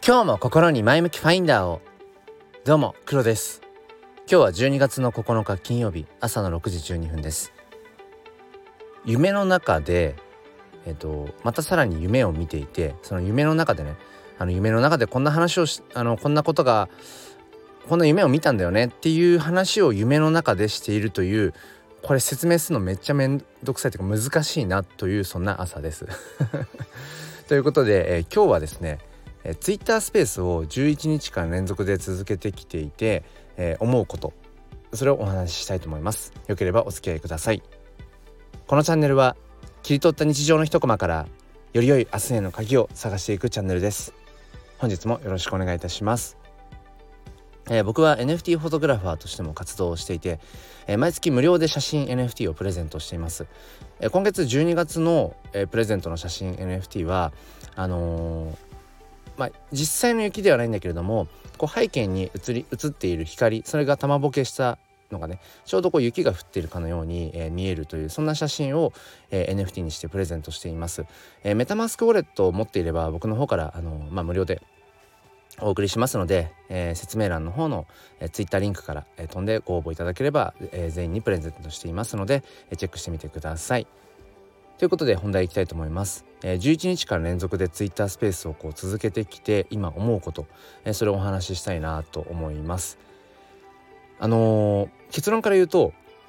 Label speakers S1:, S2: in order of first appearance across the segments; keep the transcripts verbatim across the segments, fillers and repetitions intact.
S1: 今日も心に前向きファインダーを。どうも黒です。今日はじゅうにがつのここのか金曜日、朝のろくじじゅうにふんです。夢の中でえっとまたさらに夢を見ていて、その夢の中でねあの夢の中でこんな話をしあのこんなことがこんな夢を見たんだよねっていう話を夢の中でしているという、これ説明するのめっちゃめんどくさいというか難しいなという、そんな朝ですということで、えー、今日はですねえー、ツイッタースペースをじゅういちにちかん連続で続けてきていて、えー、思うこと、それをお話ししたいと思います。よければお付き合いください。このチャンネルは切り取った日常の一コマからより良い明日への鍵を探していくチャンネルです。本日もよろしくお願いいたします。えー、僕は エヌエフティー フォトグラファーとしても活動をしていて、えー、毎月無料で写真 エヌエフティー をプレゼントしています。えー、今月じゅうにがつの、えー、プレゼントの写真 エヌエフティー はあのーまあ、実際の雪ではないんだけれども、こう背景に映り映っている光、それが玉ぼけしたのがね、ちょうどこう雪が降っているかのように、えー、見えるという、そんな写真を、えー、エヌエフティー にしてプレゼントしています。えー、メタマスクウォレットを持っていれば僕の方からあの、まあ、無料でお送りしますので、えー、説明欄の方の、えー、ツイッターリンクから、えー、飛んでご応募いただければ、えー、全員にプレゼントしていますので、えー、チェックしてみてください。ということで本題いきたいと思います。えー、じゅういちにちかん連続でツイッタースペースをこう続けてきて今思うこと、えー、それをお話ししたいなと思います。あのー、結論から言うと、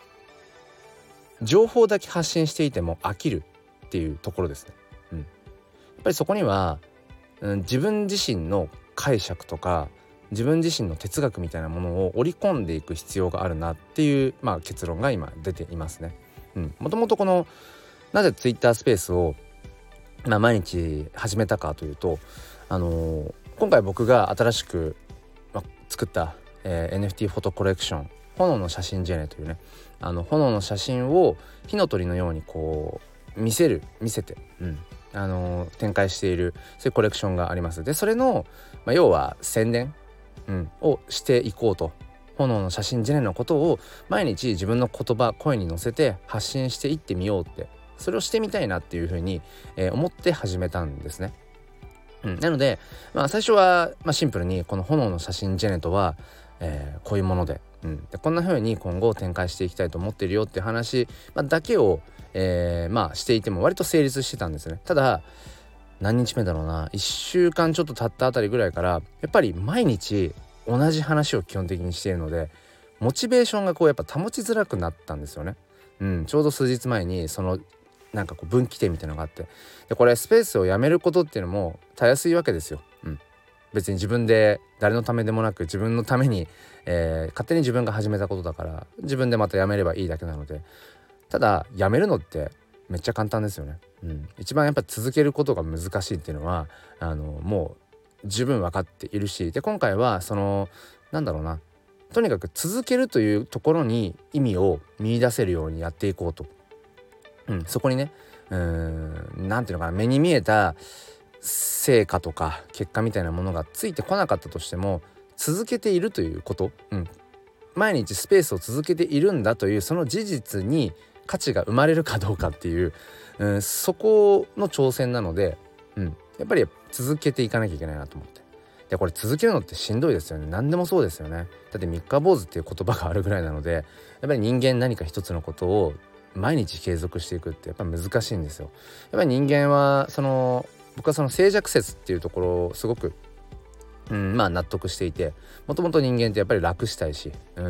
S1: 情報だけ発信していても飽きるっていうところですね。うん、やっぱりそこには、うん、自分自身の解釈とか自分自身の哲学みたいなものを織り込んでいく必要があるなっていう、まあ、結論が今出ていますね。うん、もともとこのなぜツイッタースペースを、まあ、毎日始めたかというと、あのー、今回僕が新しく、まあ、作った、えー、エヌエフティー フォトコレクション炎の写真ジェネというね、あの炎の写真を火の鳥のようにこう見せる見せて、うんあのー、展開している、そういうコレクションがあります。でそれの、まあ、要は宣伝、うん、をしていこうと、炎の写真ジェネのことを毎日自分の言葉声に乗せて発信していってみようって、それをしてみたいなっていうふうに、えー、思って始めたんですね。うん、なので、まあ、最初は、まあ、シンプルにこの炎の写真ジェネとは、えー、こういうもので、うん、でこんな風に今後展開していきたいと思っているよっていう話、まあ、だけを、えー、まあしていても割と成立してたんですね。ただ何日目だろうな、いっしゅうかんちょっと経ったあたりぐらいからやっぱり毎日同じ話を基本的にしているので、モチベーションがこうやっぱ保ちづらくなったんですよね。うん、ちょうど数日前にそのなんかこう分岐点みたいなのがあって、でこれスペースをやめることっていうのもたやすいわけですよ。うん、別に自分で誰のためでもなく自分のために、えー、勝手に自分が始めたことだから自分でまたやめればいいだけなので、ただやめるのってめっちゃ簡単ですよね。うん、一番やっぱ続けることが難しいっていうのはあのもう十分分かっているし、で今回はそのなんだろうな、とにかく続けるというところに意味を見出せるようにやっていこうと。うん、そこにね、うーん、なんていうのかな、目に見えた成果とか結果みたいなものがついてこなかったとしても続けているということ、うん、毎日スペースを続けているんだというその事実に価値が生まれるかどうかっていう、うん、そこの挑戦なので、うん、やっぱり続けていかなきゃいけないなと思って。でこれ続けるのってしんどいですよね。何でもそうですよね。だって三日坊主っていう言葉があるぐらいなので、やっぱり人間何か一つのことを毎日継続していくってやっぱ難しいんですよ。やっぱり人間はその僕はその静寂説っていうところをすごく、うん、まあ納得していて、もともと人間ってやっぱり楽したいし、うん、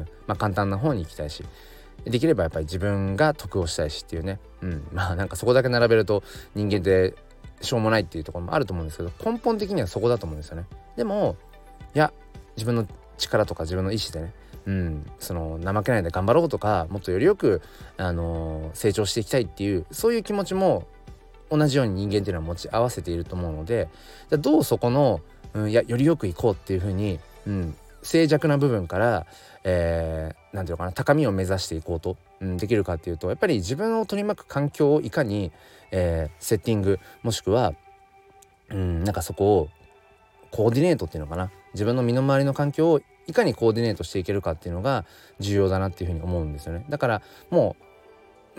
S1: まあ簡単な方に行きたいし、できればやっぱり自分が得をしたいしっていうね、うん、まあなんかそこだけ並べると人間ってしょうもないっていうところもあると思うんですけど、根本的にはそこだと思うんですよね。でもいや、自分の力とか自分の意志でね、うん、その怠けないで頑張ろうとか、もっとよりよく、あのー、成長していきたいっていうそういう気持ちも同じように人間っていうのは持ち合わせていると思うので、じゃあどうそこの、うん、いやよりよくいこうっていうふうに、うん、静寂な部分から、えー、なんていうのかな、高みを目指していこうと、うん、できるかっていうと、やっぱり自分を取り巻く環境をいかに、えー、セッティングもしくは、うん、なんかそこをコーディネートっていうのかな、自分の身の回りの環境をいかにコーディネートしていけるかっていうのが重要だなっていうふうに思うんですよね。だからもううーん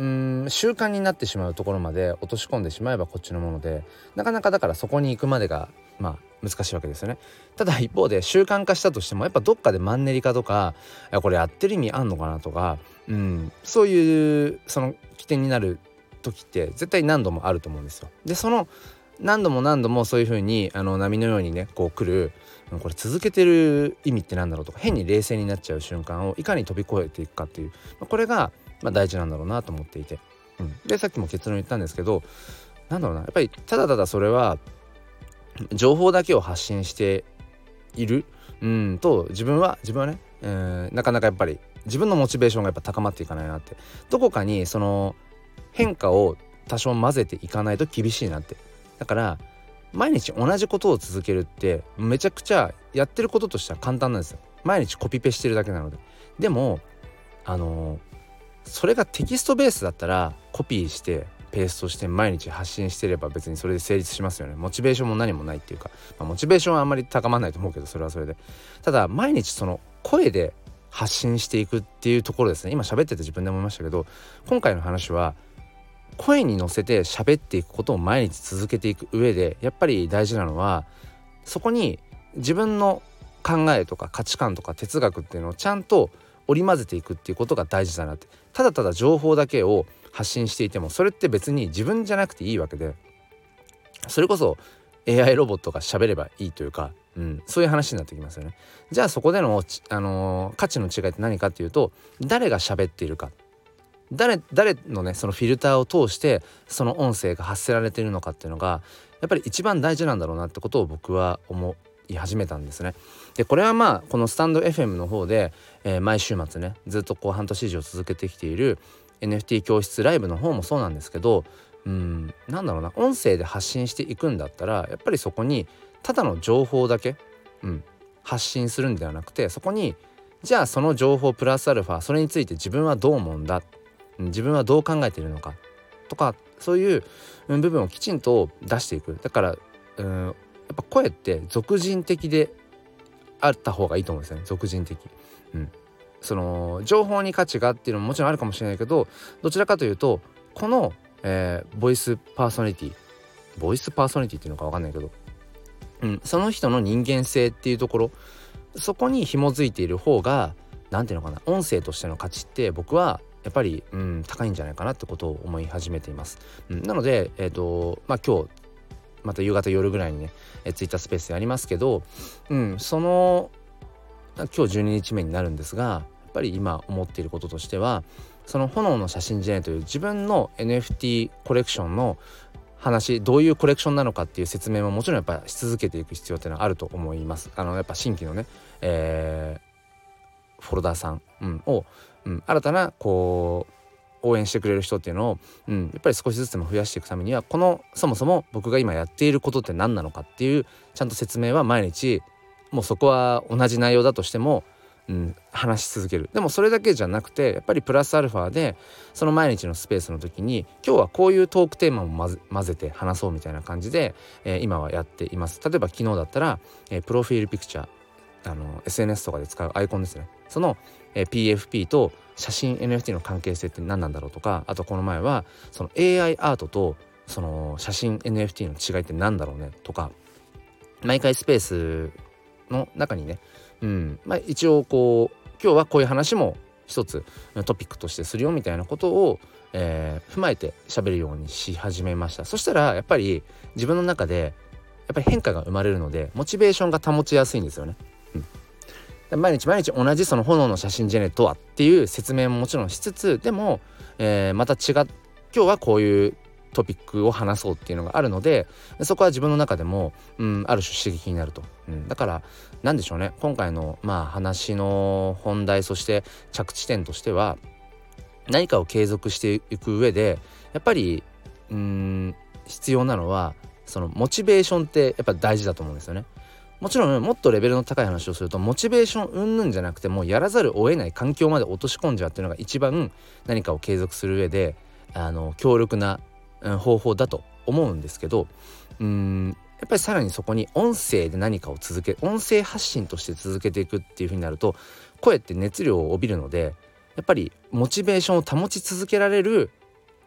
S1: ん習慣になってしまうところまで落とし込んでしまえばこっちのもので、なかなかだからそこに行くまでがまあ難しいわけですよね。ただ一方で習慣化したとしてもやっぱどっかでマンネリ化とか、いやこれやってる意味あんのかなとか、うん、そういうその起点になる時って絶対何度もあると思うんですよ。でその何度も何度もそういう風にあの波のようにねこう来る、これ続けてる意味って何だろうとか、変に冷静になっちゃう瞬間をいかに飛び越えていくかっていう、これがまあ大事なんだろうなと思っていて、うん、でさっきも結論言ったんですけど、なんだろうな、やっぱりただただそれは情報だけを発信しているうんと自分は自分はね、えー、なかなかやっぱり自分のモチベーションがやっぱ高まっていかないなって、どこかにその変化を多少混ぜていかないと厳しいなって。だから毎日同じことを続けるってめちゃくちゃやってることとしては簡単なんですよ。毎日コピペしてるだけなので。でもあのー、それがテキストベースだったらコピーしてペーストして毎日発信してれば別にそれで成立しますよね。モチベーションも何もないっていうか、まあ、モチベーションはあんまり高まらないと思うけど、それはそれで。ただ毎日その声で発信していくっていうところですね。今喋ってて自分で思いましたけど、今回の話は声に乗せて喋っていくことを毎日続けていく上でやっぱり大事なのは、そこに自分の考えとか価値観とか哲学っていうのをちゃんと織り交ぜていくっていうことが大事だなって。ただただ情報だけを発信していてもそれって別に自分じゃなくていいわけで、それこそ エーアイ ロボットが喋ればいいというか、うん、そういう話になってきますよね。じゃあそこでの、あのー、価値の違いって何かっていうと、誰が喋っているか、誰誰のねそのフィルターを通してその音声が発せられているのかっていうのがやっぱり一番大事なんだろうなってことを僕は思い始めたんですね。でこれはまあこのスタンド エフエム の方で、えー、毎週末ねずっとこう半年以上続けてきている エヌエフティー 教室ライブの方もそうなんですけど、うんなんだろうな、音声で発信していくんだったらやっぱりそこにただの情報だけ、うん、発信するんではなくて、そこにじゃあその情報プラスアルファそれについて自分はどう思うんだ、自分はどう考えているのかとか、そういう部分をきちんと出していく。だからうんやっぱ声って俗人的であった方がいいと思うんですよね。俗人的、うん、その情報に価値がっていうのももちろんあるかもしれないけど、どちらかというとこの、えー、ボイスパーソナリティボイスパーソナリティっていうのか分かんないけど、うん、その人の人間性っていうところ、そこに紐づいている方がなんていうのかな、音声としての価値って僕はやっぱり、うん、高いんじゃないかなってことを思い始めています、うん、なので、えーとまあ、今日また夕方夜ぐらいにね、えー、ツイッタースペースやりますけど、うん、その今日じゅうににちめになるんですが、やっぱり今思っていることとしては、その炎の写真ジェネという自分の エヌエフティー コレクションの話、どういうコレクションなのかっていう説明ももちろんやっぱりし続けていく必要っていうのはあると思います。あのやっぱ新規のね、えー、フォロダーさん、うん、を、うん、新たなこう応援してくれる人っていうのを、うん、やっぱり少しずつでも増やしていくためには、このそもそも僕が今やっていることって何なのかっていうちゃんと説明は毎日、もうそこは同じ内容だとしても、うん、話し続ける。でもそれだけじゃなくてやっぱりプラスアルファでその毎日のスペースの時に今日はこういうトークテーマも混ぜ、混ぜて話そうみたいな感じで、えー、今はやっています。例えば昨日だったら、えー、プロフィールピクチャー、あの エスエヌエス とかで使うアイコンですね、その、えー、ピーエフピー と写真 エヌエフティー の関係性って何なんだろうとか、あとこの前はその エーアイ アートとその写真 エヌエフティー の違いって何だろうねとか、毎回スペースの中にね、うんまあ、一応こう今日はこういう話も一つトピックとしてするよみたいなことを、えー、踏まえて喋るようにし始めました。そしたらやっぱり自分の中でやっぱり変化が生まれるのでモチベーションが保ちやすいんですよね、うん、毎日毎日同じその炎の写真ジェネとはっていう説明ももちろんしつつ、でも、えー、また違っ今日はこういうトピックを話そうっていうのがあるので、そこは自分の中でも、うん、ある種刺激になると、うん、だからなんでしょうね、今回のまあ話の本題、そして着地点としては何かを継続していく上でやっぱりうーん必要なのはそのモチベーションってやっぱ大事だと思うんですよね。もちろんもっとレベルの高い話をするとモチベーション云々じゃなくて、もうやらざるを得ない環境まで落とし込んじゃうっていうのが一番何かを継続する上であの強力な方法だと思うんですけど、うーんやっぱりさらにそこに音声で何かを続け音声発信として続けていくっていう風になると、声って熱量を帯びるのでやっぱりモチベーションを保ち続けられる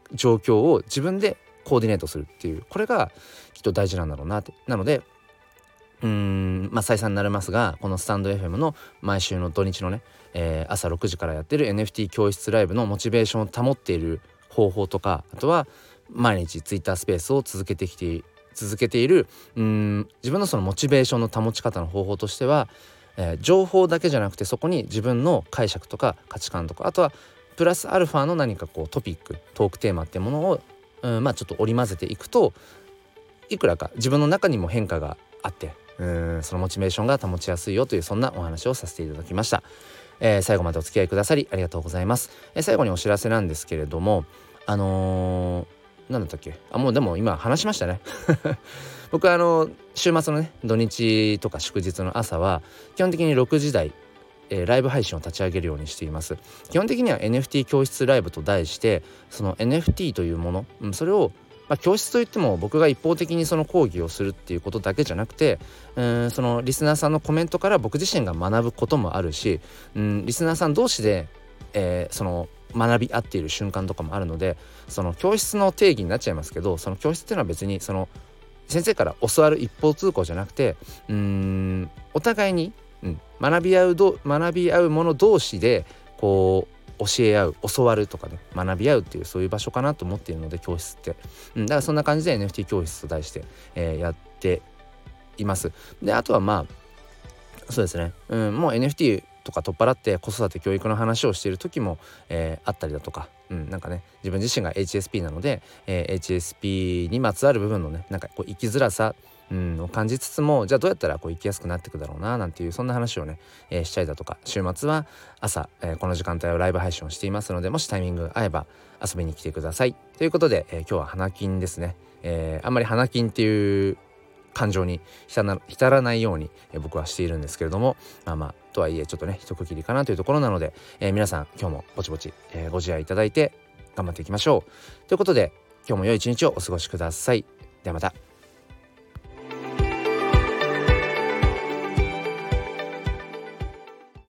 S1: 状況を自分でコーディネートするっていう、これがきっと大事なんだろうなって。なのでうーんまあ再三になりますが、このスタンド エフエム の毎週の土日のね、えー、朝ろくじからやってる エヌエフティー 教室ライブのモチベーションを保っている方法とか、あとは毎日ツイッタースペースを続けてきて続けているうーん自分のそのモチベーションの保ち方の方法としては、えー、情報だけじゃなくて、そこに自分の解釈とか価値観とか、あとはプラスアルファの何かこうトピックトークテーマっていうものをうんまあちょっと織り交ぜていくと、いくらか自分の中にも変化があって、うんそのモチベーションが保ちやすいよという、そんなお話をさせていただきました。えー、最後までお付き合いくださりありがとうございます。えー、最後にお知らせなんですけれども、あのー、なんだったっけあもうでも今話しましたね僕はあの週末のね土日とか祝日の朝は基本的にろくじ台、えー、ライブ配信を立ち上げるようにしています。基本的には エヌエフティー 教室ライブと題して、その エヌエフティー というもの、うん、それをまあ、教室といっても僕が一方的にその講義をするっていうことだけじゃなくて、うんそのリスナーさんのコメントから僕自身が学ぶこともあるし、うんリスナーさん同士で、えー、その学び合っている瞬間とかもあるので、その教室の定義になっちゃいますけど、その教室っていうのは別にその先生から教わる一方通行じゃなくて、うーんお互いに、うん、学び合うど学び合う者同士でこう教え合う教わるとかね学び合うっていう、そういう場所かなと思っているので教室って、うん、だからそんな感じで エヌエフティー 教室と題して、えー、やっています。であとはまあそうですね、うん、もう エヌエフティー とか取っ払って子育て教育の話をしている時も、えー、あったりだとか、うん、なんかね自分自身が エイチエスピー なので、えー、エイチエスピー にまつわる部分のねなんかこう生きづらさうん、を感じつつも、じゃあどうやったらこう生きやすくなっていくだろうななんていう、そんな話をね、えー、したりだとか、週末は朝、えー、この時間帯をライブ配信をしていますので、もしタイミングが合えば遊びに来てくださいということで、えー、今日は花金ですね、えー、あんまり花金っていう感情に浸ら浸らないように、えー、僕はしているんですけれども、まあまあとはいえちょっとね一区切りかなというところなので、えー、皆さん今日もぼちぼち、えー、ご自愛いただいて頑張っていきましょうということで、今日も良い一日をお過ごしください。ではまた。